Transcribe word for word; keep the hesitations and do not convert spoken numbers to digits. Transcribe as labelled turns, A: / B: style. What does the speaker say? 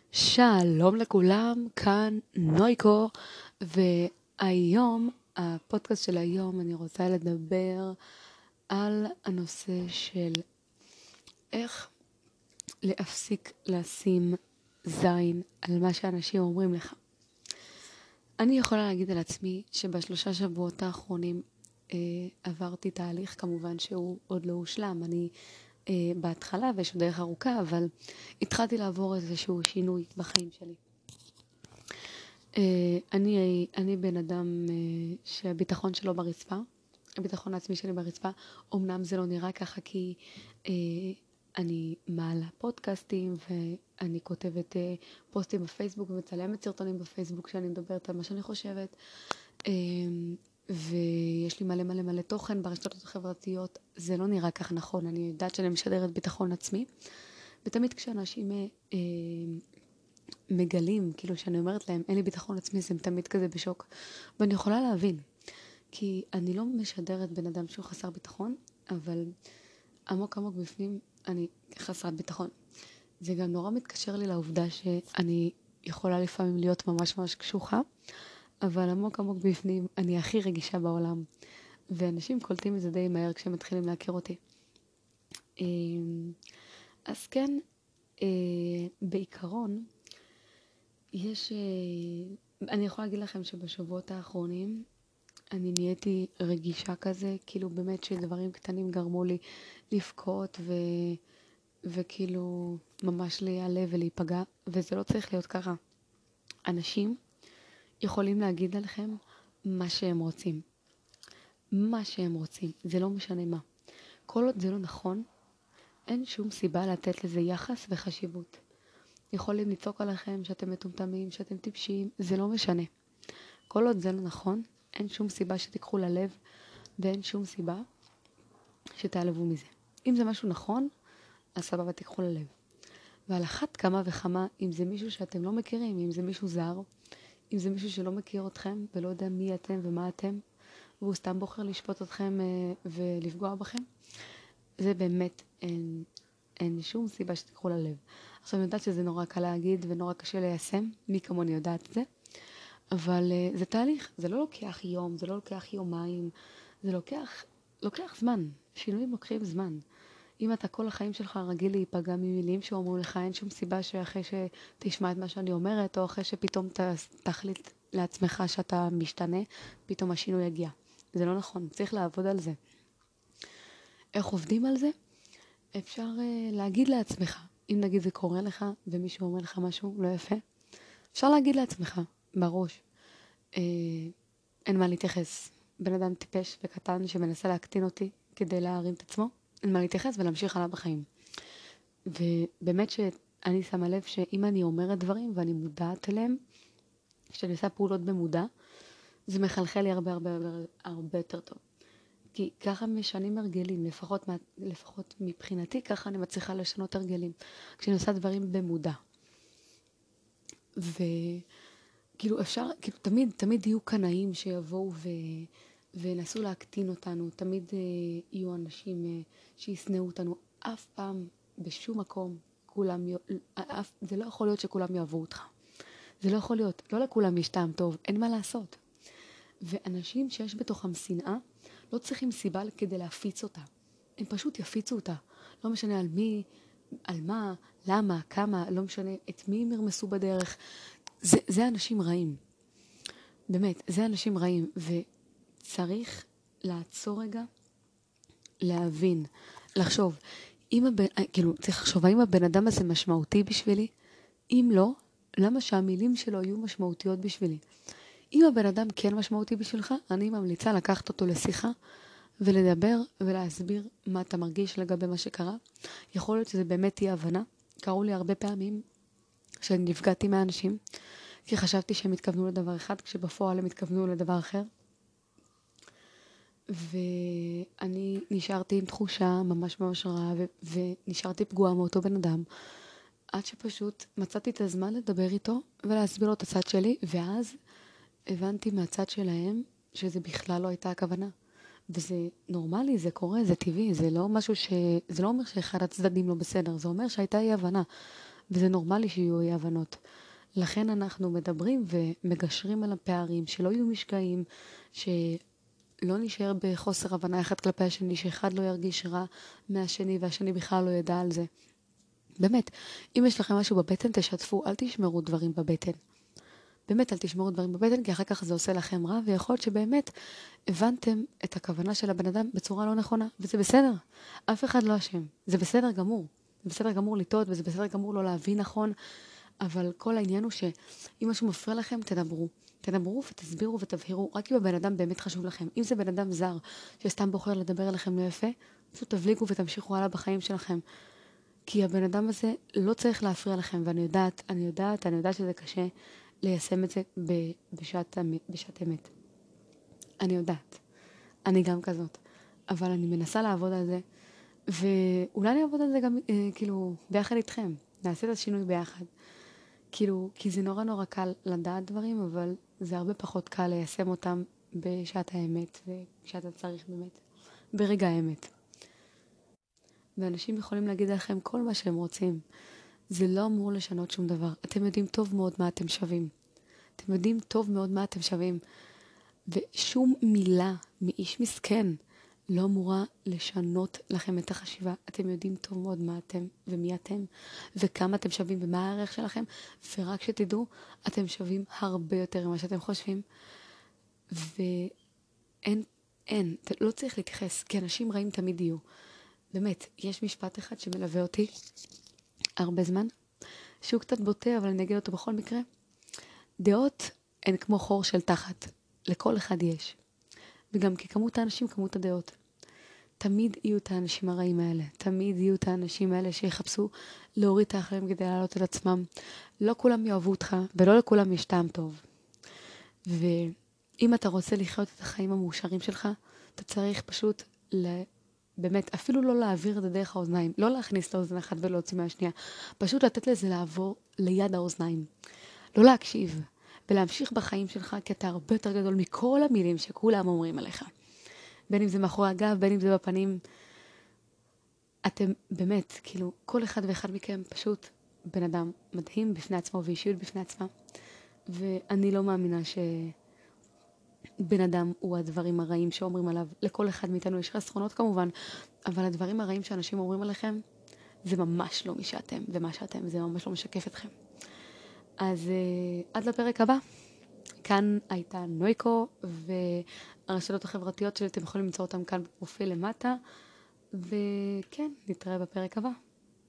A: שלום לכולם, כאן נויקו, והיום, הפודקאסט של היום, אני רוצה לדבר על הנושא של איך להפסיק לשים זין על מה שאנשים אומרים לך. אני יכולה להגיד על עצמי שבשלושה שבועות האחרונים אה, עברתי תהליך, כמובן שהוא עוד לא הושלם, אני אה, בהתחלה ויש עוד דרך ארוכה, אבל התחלתי לעבור איזשהו שינוי בחיים שלי. Uh, אני, אני בן אדם uh, שהביטחון שלו ברצפה, הביטחון העצמי שלי ברצפה, אמנם זה לא נראה ככה כי uh, אני מעלה פודקאסטים ואני כותבת uh, פוסטים בפייסבוק ומצלמת סרטונים בפייסבוק שאני מדברת על מה שאני חושבת, uh, ויש לי מלא מלא מלא תוכן ברשתות החברתיות. זה לא נראה כך נכון, אני יודעת שאני משדרת ביטחון עצמי, ותמיד כשאנשים uh, מגלים, כאילו שאני אומרת להם, אין לי ביטחון עצמי, אז הם תמיד כזה בשוק. ואני יכולה להבין, כי אני לא משדרת בן אדם שהוא חסר ביטחון, אבל עמוק עמוק בפנים אני חסרת ביטחון. זה גם נורא מתקשר לי לעובדה שאני יכולה לפעמים להיות ממש ממש קשוחה, אבל עמוק עמוק בפנים אני הכי רגישה בעולם. ואנשים קולטים את זה די מהר כשהם מתחילים להכיר אותי. אז כן, בעיקרון, יש, אני יכולה להגיד לכם שבשבועות האחרונים אני נהייתי רגישה כזה, כאילו באמת שדברים קטנים גרמו לי לבכות ו, וכאילו ממש להיעלב ולהיפגע, וזה לא צריך להיות ככה. אנשים יכולים להגיד עליכם מה שהם רוצים. מה שהם רוצים, זה לא משנה מה. כל עוד זה לא נכון, אין שום סיבה לתת לזה יחס וחשיבות. יכולים לצעוק עליכם שאתם מטומטמים, שאתם טיפשים, זה לא משנה. כל עוד זה לא נכון, אין שום סיבה שתיקחו ללב, ואין שום סיבה שתעלבו מזה. אם זה משהו נכון, אז סבבה תיקחו ללב. ועל אחת כמה וכמה, אם זה מישהו שאתם לא מכירים, אם זה מישהו זר, אם זה מישהו שלא מכיר אתכם, ולא יודע מי אתם ומה אתם, והוא סתם בוחר לשפוט אתכם אה, ולפגוע בכם, זה באמת אין, אין שום סיבה שתיקחו ללב. עכשיו אני יודעת שזה נורא קל להגיד ונורא קשה ליישם, מי כמוני יודעת את זה, אבל uh, זה תהליך, זה לא לוקח יום, זה לא לוקח יומיים, זה לוקח, לוקח זמן, שינויים לוקחים זמן. אם אתה כל החיים שלך רגיל להיפגע ממילים שאומרים לך, אין שום סיבה שאחרי שתשמע את מה שאני אומרת, או אחרי שפתאום ת, תחליט לעצמך שאתה משתנה, פתאום השינוי יגיע. זה לא נכון, צריך לעבוד על זה. איך עובדים על זה? אפשר uh, להגיד לעצמך, אם נגיד זה קורה לך ומישהו אומר לך משהו לא יפה, אפשר להגיד לעצמך בראש, אה, אין מה להתייחס. בן אדם טיפש וקטן שמנסה להקטין אותי כדי להרים את עצמו, אין מה להתייחס ולהמשיך הלאה בחיים. ובאמת שאני שמה לב שאם אני אומרת דברים ואני מודעת אליהם, כשאני עושה פעולות במודע, זה מחלחל לי הרבה הרבה הרבה, הרבה יותר טוב. כי ככה משנים הרגלים, לפחות, לפחות מבחינתי, ככה אני מצליחה לשנות הרגלים. כשאני עושה דברים במודע. ו... כאילו אפשר, כאילו תמיד, תמיד יהיו קנאים שיבואו ו... ונסו להקטין אותנו, תמיד אה, יהיו אנשים אה, שיסנאו אותנו, אף פעם, בשום מקום, כולם, אף, זה לא יכול להיות שכולם יאהבו אותך. זה לא יכול להיות, לא לכולם יש טעם טוב, אין מה לעשות. ואנשים שיש בתוכם שנאה, לא צריכים סיבה כדי להפיץ אותה. הם פשוט יפיצו אותה. לא משנה על מי, על מה, למה, כמה, לא משנה את מי הם ירמסו בדרך. זה, זה אנשים רעים. באמת, זה אנשים רעים. וצריך לעצור רגע, להבין, לחשוב. אם הבן, כאילו, צריך לחשוב, האם הבן אדם הזה משמעותי בשבילי? אם לא, למה שהמילים שלו יהיו משמעותיות בשבילי? אם הבן אדם כן משמעותי בשבילך, אני ממליצה לקחת אותו לשיחה, ולדבר ולהסביר מה אתה מרגיש לגבי מה שקרה. יכול להיות שזה באמת תהיה הבנה. קראו לי הרבה פעמים שאני נפגעתי מהאנשים, כי חשבתי שהם התכוונו לדבר אחד, כשבפועל הם התכוונו לדבר אחר. ואני נשארתי עם תחושה ממש ממש רעה, ו- ונשארתי פגועה מאותו בן אדם, עד שפשוט מצאתי את הזמן לדבר איתו, ולהסביר לו את הצד שלי, ואז הבנתי מהצד שלהם, שזה בכלל לא הייתה הכוונה. וזה נורמלי, זה קורה, זה טבעי, זה לא משהו ש... זה לא אומר שאחד הצדדים לא בסדר, זה אומר שהייתה אי הבנה. וזה נורמלי שיהיו אי הבנות. לכן אנחנו מדברים ומגשרים על הפערים, שלא יהיו משקעים, שלא נשאר בחוסר הבנה אחד כלפי השני, שאחד לא ירגיש רע מהשני והשני בכלל לא ידע על זה. באמת, אם יש לכם משהו בבטן, תשתפו, אל תשמרו דברים בבטן. באמת, אל תשמרו דברים בבטן, כי אחר כך זה עושה לכם רע, ויכול להיות שבאמת הבנתם את הכוונה של הבן אדם בצורה לא נכונה, וזה בסדר. אף אחד לא אשם. זה בסדר גמור. זה בסדר גמור לטעות, וזה בסדר גמור לא להבין נכון, אבל כל העניין הוא שאם משהו מפריע לכם, תדברו. תדברו ותסבירו ותבהירו, רק אם הבן אדם באמת חשוב לכם. אם זה בן אדם זר, שסתם בוחר לדבר אליכם לא יפה, פשוט תבליגו ותמשיכו הלאה בחיים שלכם. כי הבן אדם הזה לא צריך להפריע לכם, ואני יודעת, אני יודעת, אני יודעת שזה קשה ליישם את זה ב- בשעת, המ- בשעת אמת. אני יודעת. אני גם כזאת. אבל אני מנסה לעבוד על זה, ואולי אני אעבוד על זה גם, אה, כאילו, ביחד איתכם. נעשה את השינוי ביחד. כאילו, כי זה נורא נורא קל לדעת דברים, אבל זה הרבה פחות קל ליישם אותם בשעת האמת, וכשאתה צריך באמת, ברגע האמת. ואנשים יכולים להגיד לכם כל מה שהם רוצים. זה לא אמור לשנות שום דבר. אתם יודעים טוב מאוד מה אתם שווים. אתם יודעים טוב מאוד מה אתם שווים. ושום מילה מאיש מסכן לא אמורה לשנות לכם את החשיבה. אתם יודעים טוב מאוד מה אתם ומי אתם וכמה אתם שווים ומה הערך שלכם. ורק שתדעו, אתם שווים הרבה יותר ממה שאתם חושבים. ואין, אין, לא צריך להתייחס, כי אנשים רעים תמיד יהיו. באמת, יש משפט אחד שמלווה אותי הרבה זמן, שהוא קצת בוטה, אבל אני אגיד אותו בכל מקרה. דעות הן כמו חור של תחת. לכל אחד יש. וגם ככמות האנשים, כמות הדעות. תמיד יהיו את האנשים הרעים האלה. תמיד יהיו את האנשים האלה שיחפשו להוריד את האחרים כדי להעלות את עצמם. לא כולם יאהבו אותך, ולא לכולם יש טעם טוב. ואם אתה רוצה לחיות את החיים המאושרים שלך, אתה צריך פשוט ל... באמת, אפילו לא להעביר את זה דרך האוזניים. לא להכניס לאוזן אחת ולהוציא מהשנייה. פשוט לתת לזה לעבור ליד האוזניים. לא להקשיב. ולהמשיך בחיים שלך, כי אתה הרבה יותר גדול מכל המילים שכולם אומרים עליך. בין אם זה מאחורי הגב, בין אם זה בפנים. אתם באמת, כאילו, כל אחד ואחד מכם פשוט בן אדם מדהים בפני עצמו ואישיות בפני עצמה. ואני לא מאמינה שבן אדם הוא הדברים הרעים שאומרים עליו. לכל אחד מאיתנו יש חסרונות כמובן, אבל הדברים הרעים שאנשים אומרים עליכם, זה ממש לא מי שאתם, ומה שאתם, זה ממש לא משקף אתכם. אז uh, עד לפרק הבא. כאן הייתה נויקו, והרשתות החברתיות שלי, אתם יכולים למצוא אותם כאן בפרופיל למטה, וכן, נתראה בפרק הבא.